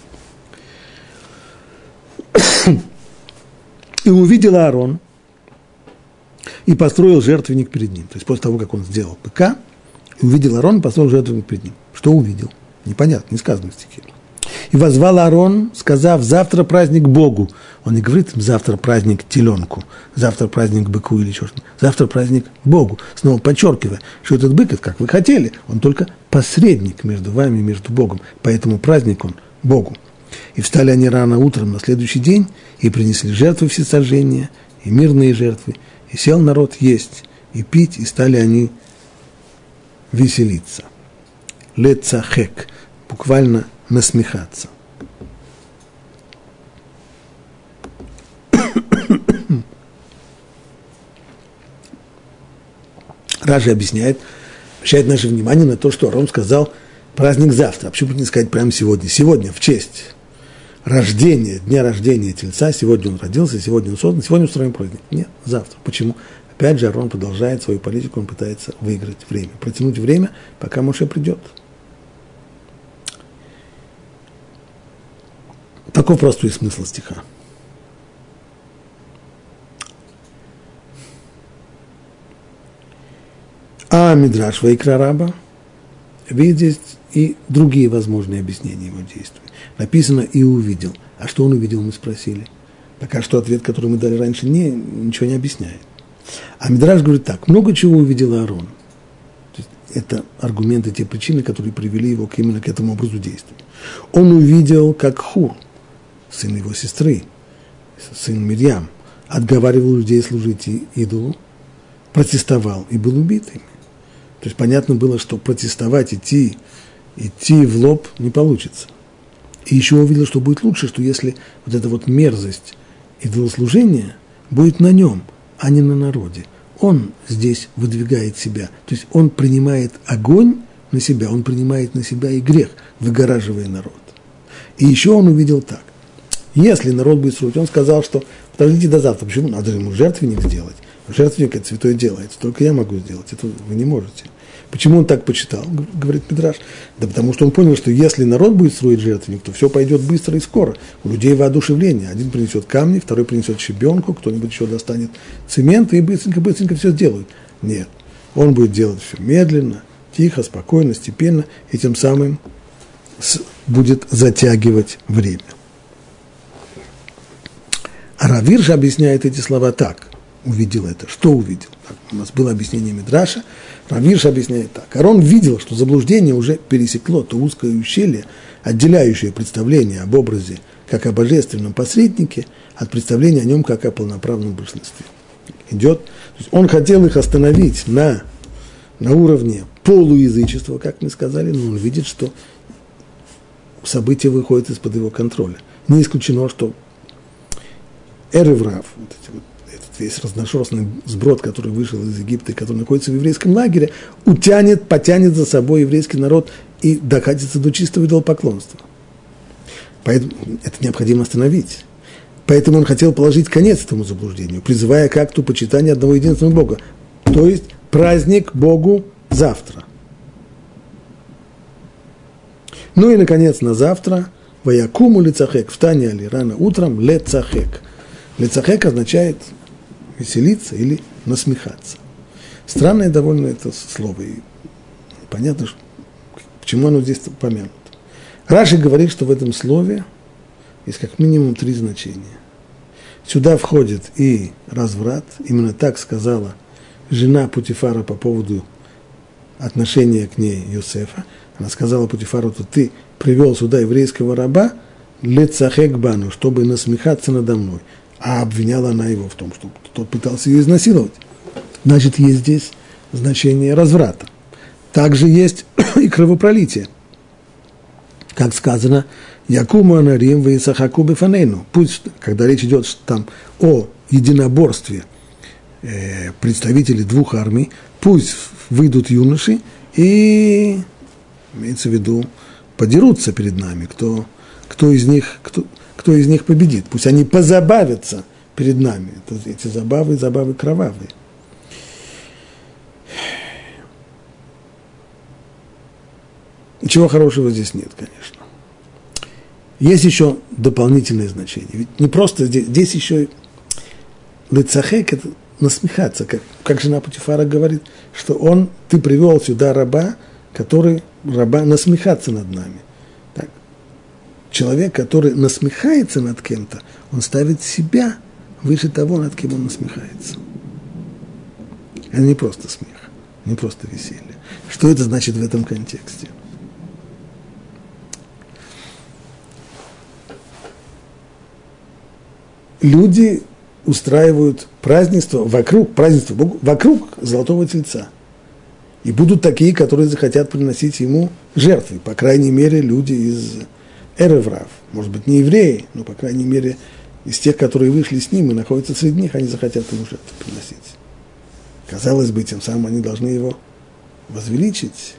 И увидел Аарон, и построил жертвенник перед ним. То есть после того, как он сделал быка, и увидел Аарон, и построил жертвенник перед ним. Что увидел? Непонятно, не сказано в стихе. И воззвал Аарон, сказав: завтра праздник Богу. Он не говорит: завтра праздник теленку, завтра праздник быку или что-то. Завтра праздник Богу. Снова подчеркивая, что этот бык, это как вы хотели, он только посредник между вами и между Богом. Поэтому праздник он Богу. И встали они рано утром на следующий день, и принесли жертвы всесожжения, и мирные жертвы, и сел народ есть, и пить, и стали они веселиться. Лецахек, буквально насмехаться. Раши объясняет наше внимание на то, что Аарон сказал праздник завтра. А почему не сказать прямо сегодня? Сегодня в честь рождения, дня рождения Тельца, сегодня он родился, сегодня он создан, сегодня устроим праздник. Нет, завтра. Почему? Опять же, Аарон продолжает свою политику, он пытается выиграть время, протянуть время, пока Моше придет. Такой простой смысл стиха. А Мидраш Ваикра Раба видит и другие возможные объяснения его действий. Написано «и увидел». А что он увидел, мы спросили. Пока что ответ, который мы дали раньше, ничего не объясняет. А Мидраш говорит так: много чего увидел Аарон. То есть это аргументы, те причины, которые привели его именно к этому образу действия. Он увидел, как Хур, сын его сестры, сын Мирьям, отговаривал людей служить идолу, протестовал и был убит ими. То есть понятно было, что протестовать, идти в лоб не получится. И еще увидел, что будет лучше, что если вот эта вот мерзость идолослужения будет на нем, а не на народе. Он здесь выдвигает себя. То есть он принимает огонь на себя, он принимает на себя и грех, выгораживая народ. И еще он увидел так. Если народ будет служить, он сказал, что подождите до завтра. Почему? Надо ему жертвенник сделать. Жертвенник – это святое дело, это только я могу сделать, это вы не можете. Почему он так почитал, говорит Мидраш? Да потому что он понял, что если народ будет строить жертвенник, то все пойдет быстро и скоро. У людей воодушевление. Один принесет камни, второй принесет щебенку, кто-нибудь еще достанет цемент, и быстренько все сделают. Нет, он будет делать все медленно, тихо, спокойно, степенно, и тем самым будет затягивать время. А Рав Ирш объясняет эти слова так. Увидел это. Что увидел? Так, у нас было объяснение Мидраша. Рав Ирш объясняет так. Арон видел, что заблуждение уже пересекло то узкое ущелье, отделяющее представление об образе как о божественном посреднике от представления о нем как о полноправном большинстве. Идет. То есть он хотел их остановить на уровне полуязычества, как мы сказали, но он видит, что события выходят из-под его контроля. Не исключено, что Эрев Рав, этот весь разношерстный сброд, который вышел из Египта и который находится в еврейском лагере, потянет за собой еврейский народ и докатится до чистого идолопоклонства. Поэтому это необходимо остановить. Поэтому он хотел положить конец этому заблуждению, призывая к акту почитания одного единственного Бога, то есть праздник Богу завтра. Ну и, наконец, на завтра «Ваякуму лецахек» встань али рано утром лецахек. Лецахек означает веселиться или насмехаться. Странное довольно это слово, и понятно, почему оно здесь упомянуто. Раши говорит, что в этом слове есть как минимум 3 значения. Сюда входит и разврат, именно так сказала жена Путифара по поводу отношения к ней Йосефа. Она сказала Путифару, что ты привел сюда еврейского раба лецахек бану, чтобы насмехаться надо мной. А обвиняла она его в том, что тот пытался ее изнасиловать. Значит, есть здесь значение разврата. Также есть и кровопролитие. Как сказано, Якуму анарим ваисахаку бефанейну. Пусть, когда речь идет там о единоборстве представителей 2 армий, пусть выйдут юноши и, имеется в виду, подерутся перед нами, кто из них победит. Пусть они позабавятся перед нами. Эти забавы кровавые. Ничего хорошего здесь нет, конечно. Есть еще дополнительное значение. Ведь не просто здесь еще лецахек – это насмехаться, как жена Путифара говорит, что ты привел сюда раба насмехаться над нами. Так. Человек, который насмехается над кем-то, он ставит себя выше того, над кем он насмехается. Это не просто смех, не просто веселье. Что это значит в этом контексте? Люди устраивают празднество вокруг Золотого Тельца. И будут такие, которые захотят приносить ему жертвы. По крайней мере, люди из Эрев Рав. Может быть, не евреи, но, по крайней мере, из тех, которые вышли с ним и находятся среди них, они захотят ему жертву приносить. Казалось бы, тем самым они должны его возвеличить.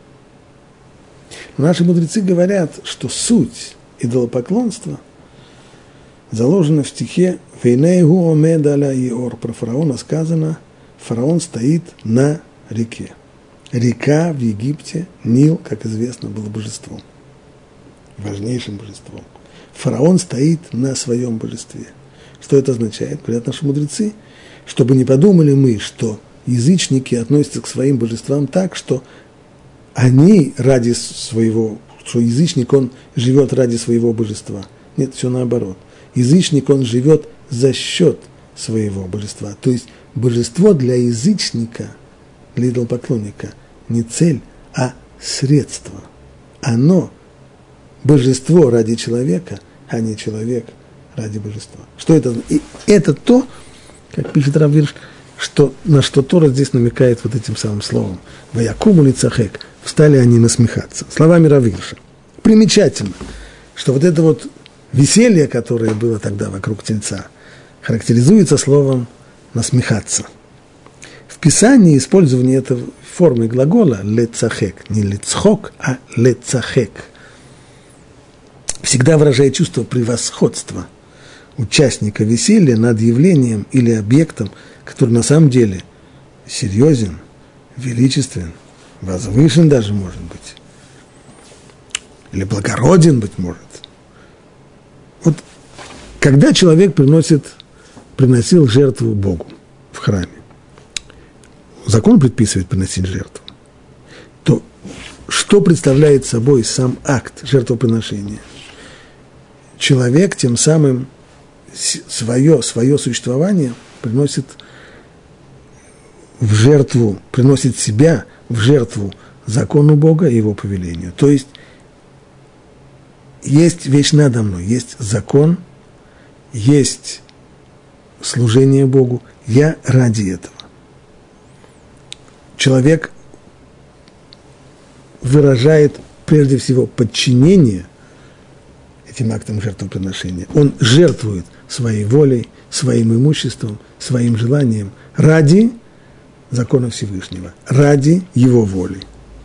Но наши мудрецы говорят, что суть идолопоклонства заложено в стихе «Вейнейгу омед аля иор». Про фараона сказано, фараон стоит на реке. Река в Египте, Нил, как известно, был божеством, важнейшим божеством. Фараон стоит на своем божестве. Что это означает? Говорят наши мудрецы, чтобы не подумали мы, что язычники относятся к своим божествам так, что они что язычник, он живет ради своего божества. Нет, все наоборот. Язычник, он живет за счет своего божества. То есть божество для язычника, для идолопоклонника не цель, а средство. Оно божество ради человека, а не человек ради божества. Что это? И это то, как пишет Рав Ирш, на что Тора здесь намекает вот этим самым словом. «Ваякуму лецахек». Встали они насмехаться. Словами Рав Ирша. Примечательно, что вот это вот веселье, которое было тогда вокруг тельца, характеризуется словом «насмехаться». В Писании использование этой формы глагола «лецахек», не «лецхок», а «лецахек», всегда выражает чувство превосходства участника веселья над явлением или объектом, который на самом деле серьезен, величествен, возвышен даже, может быть, или благороден, быть может. Вот когда человек приносил жертву Богу в храме, закон предписывает приносить жертву, то что представляет собой сам акт жертвоприношения? Человек тем самым свое существование приносит в жертву, приносит себя в жертву закону Бога и его повелению. То есть вещь надо мной, есть закон, есть служение Богу, я ради этого. Человек выражает прежде всего подчинение этим актам жертвоприношения. Он жертвует своей волей, своим имуществом, своим желанием ради закона Всевышнего, ради его воли.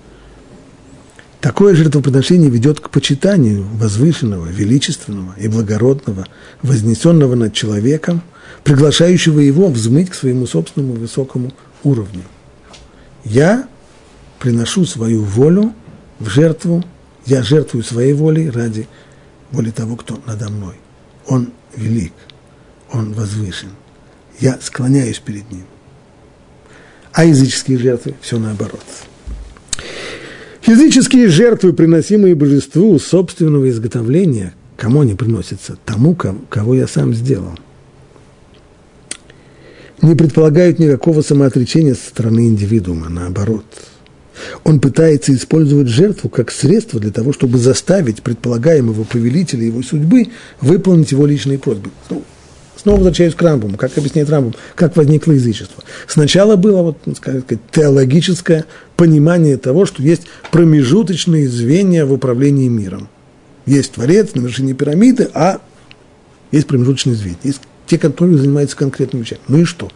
Такое жертвоприношение ведет к почитанию возвышенного, величественного и благородного, вознесенного над человеком, приглашающего его взмыть к своему собственному высокому уровню. Я приношу свою волю в жертву, я жертвую своей волей ради воли того, кто надо мной. Он велик, он возвышен. Я склоняюсь перед ним. А языческие жертвы – все наоборот. Языческие жертвы, приносимые божеству собственного изготовления, кому они приносятся? Тому, кого я сам сделал. Не предполагают никакого самоотречения со стороны индивидуума, наоборот. Он пытается использовать жертву как средство для того, чтобы заставить предполагаемого повелителя его судьбы выполнить его личные просьбы. Снова возвращаюсь к Рамбаму. Как объясняет Рамбам, как возникло язычество? Сначала было, скажем, теологическое понимание того, что есть промежуточные звенья в управлении миром. Есть Творец на вершине пирамиды, а есть промежуточные звенья. Есть те, которые занимаются конкретными вещами. Ну и что?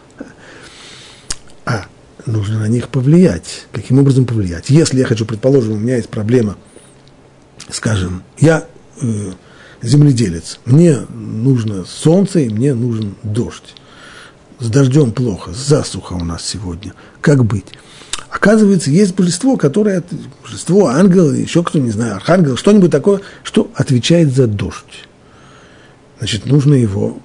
Нужно на них повлиять. Каким образом повлиять? Если я хочу, предположим, у меня есть проблема, скажем, я земледелец, мне нужно солнце и мне нужен дождь. С дождем плохо, засуха у нас сегодня. Как быть? Оказывается, есть божество, божество, ангел, еще кто, не знаю, архангел, что-нибудь такое, что отвечает за дождь. Значит, нужно его,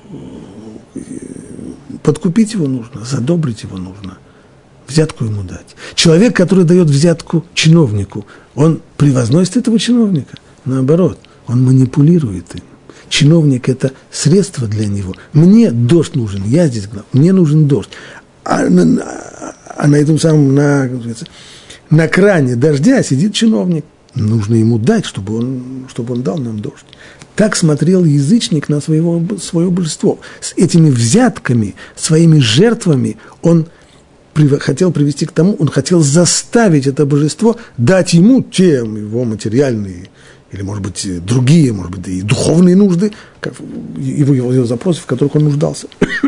подкупить его нужно, задобрить его нужно. Взятку ему дать. Человек, который дает взятку чиновнику, он превозносит этого чиновника? Наоборот, он манипулирует им. Чиновник – это средство для него. Мне дождь нужен, я здесь главный, мне нужен дождь. А на этом самом, на кране дождя сидит чиновник. Нужно ему дать, чтобы он дал нам дождь. Так смотрел язычник на свое божество. С этими взятками, своими жертвами он хотел привести к тому, он хотел заставить это божество дать ему те его материальные, или, может быть, другие, может быть, и духовные нужды, его запросы, в которых он нуждался.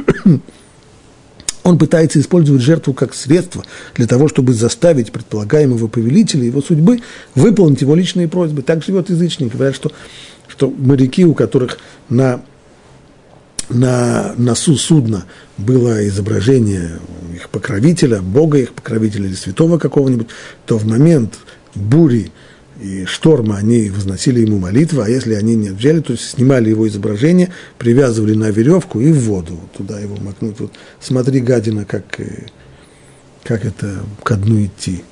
Он пытается использовать жертву как средство для того, чтобы заставить предполагаемого повелителя его судьбы выполнить его личные просьбы. Так живет язычник. Говорят, что моряки, у которых на носу судна было изображение их покровителя, бога их покровителя или святого какого-нибудь, то в момент бури и шторма они возносили ему молитвы, а если они не отвечали, то снимали его изображение, привязывали на веревку и в воду, туда его макнуть. Вот смотри, гадина, как это ко дну идти.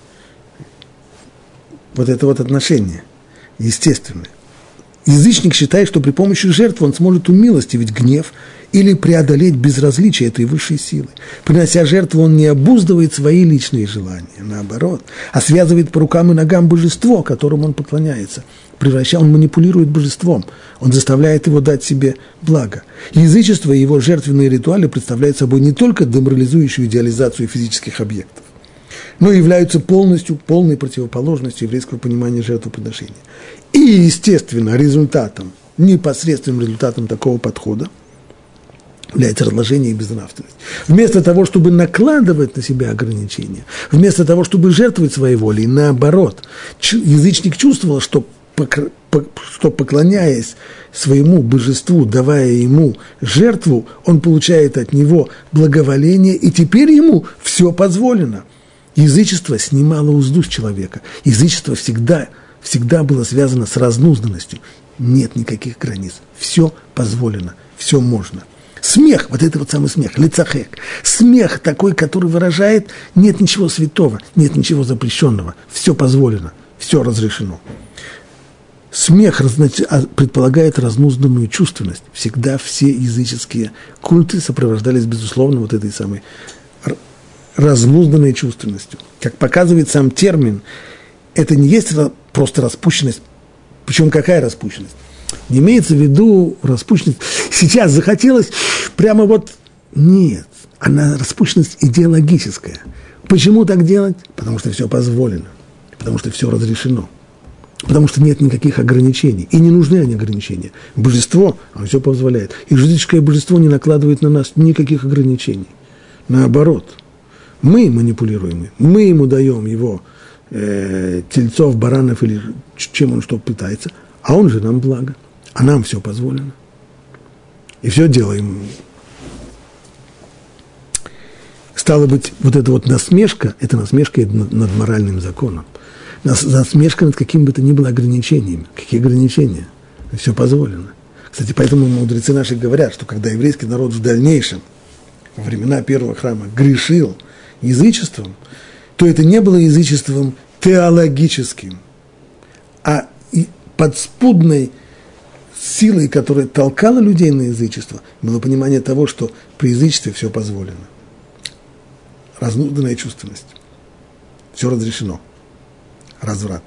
Вот это вот отношение естественное. Язычник считает, что при помощи жертвы он сможет умилостивить гнев или преодолеть безразличие этой высшей силы. Принося жертву, он не обуздывает свои личные желания, наоборот, а связывает по рукам и ногам божество, которому он поклоняется. Он манипулирует божеством, он заставляет его дать себе благо. Язычество и его жертвенные ритуалы представляют собой не только деморализующую идеализацию физических объектов, но и являются полной противоположностью еврейского понимания жертвоприношения. И, естественно, непосредственным результатом такого подхода является разложение и безнравственность. Вместо того, чтобы накладывать на себя ограничения, вместо того, чтобы жертвовать своей волей, наоборот, язычник чувствовал, что поклоняясь своему божеству, давая ему жертву, он получает от него благоволение, и теперь ему все позволено. Язычество снимало узду с человека. Язычество всегда было связано с разнузданностью. Нет никаких границ. Все позволено, все можно. Смех, вот это вот самый смех, лицахек. Смех такой, который выражает, нет ничего святого, нет ничего запрещенного. Все позволено, все разрешено. Смех предполагает разнузданную чувственность. Всегда все языческие культы сопровождались, безусловно, вот этой самой разнузданной чувственностью. Как показывает сам термин, это не есть просто распущенность. Причем какая распущенность? Не имеется в виду распущенность. Сейчас захотелось прямо вот... Нет, она распущенность идеологическая. Почему так делать? Потому что все позволено. Потому что все разрешено. Потому что нет никаких ограничений. И не нужны они ограничения. Божество, оно все позволяет. И языческое божество не накладывает на нас никаких ограничений. Наоборот. Мы манипулируем. Мы ему даем его тельцов, баранов или чем он что пытается. А он же нам благо. А нам все позволено. И все делаем. Стало быть, вот эта вот насмешка, это насмешка над моральным законом. Насмешка над каким бы то ни было ограничением. Какие ограничения? Все позволено. Кстати, поэтому мудрецы наши говорят, что когда еврейский народ в дальнейшем, во времена первого храма, грешил язычеством, то это не было язычеством теологическим, а подспудной силой, которая толкала людей на язычество, было понимание того, что при язычестве все позволено. Разнузданная чувственность. Все разрешено. Разврат.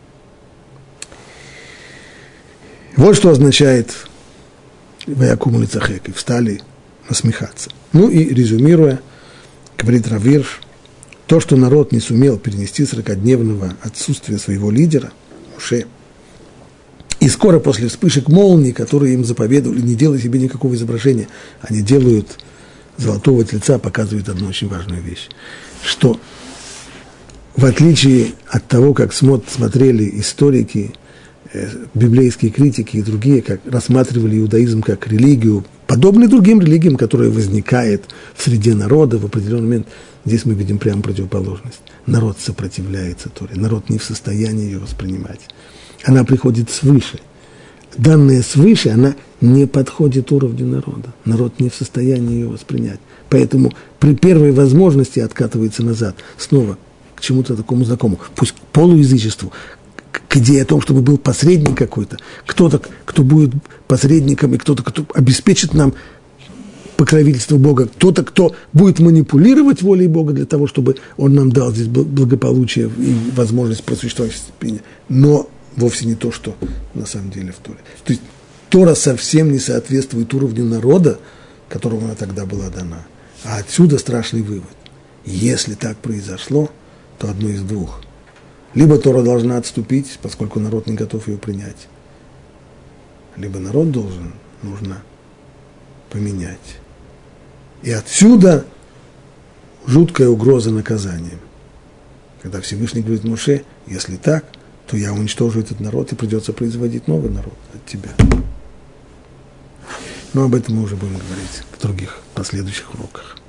Вот что означает «Ваякуму лицахек» и встали насмехаться. Ну и резюмируя, говорит Рав Ирш, то, что народ не сумел перенести 40-дневного отсутствия своего лидера, Моше, и скоро после вспышек молний, которые им заповедовали, не делай себе никакого изображения, они делают золотого тельца, показывают одну очень важную вещь, что в отличие от того, как смотрели историки, библейские критики и другие, как рассматривали иудаизм как религию, подобную другим религиям, которая возникает в среде народа в определенный момент, здесь мы видим прямо противоположность. Народ сопротивляется Торе, народ не в состоянии ее воспринимать. Она приходит свыше. Данная свыше, она не подходит уровню народа. Народ не в состоянии ее воспринять. Поэтому при первой возможности откатывается назад. Снова к чему-то такому знакомому. Пусть к полуязычеству, к идее о том, чтобы был посредник какой-то. Кто-то, кто будет посредником, и кто-то, кто обеспечит нам покровительство Бога. Кто-то, кто будет манипулировать волей Бога для того, чтобы Он нам дал здесь благополучие и возможность просуществовать в степени. Но вовсе не то, что на самом деле в Торе. То есть Тора совсем не соответствует уровню народа, которому она тогда была дана. А отсюда страшный вывод. Если так произошло, то одно из двух. Либо Тора должна отступить, поскольку народ не готов ее принять. Либо народ нужно поменять. И отсюда жуткая угроза наказанием. Когда Всевышний говорит Моше, если так, то я уничтожу этот народ, и придется производить новый народ от тебя. Но об этом мы уже будем говорить в других последующих уроках.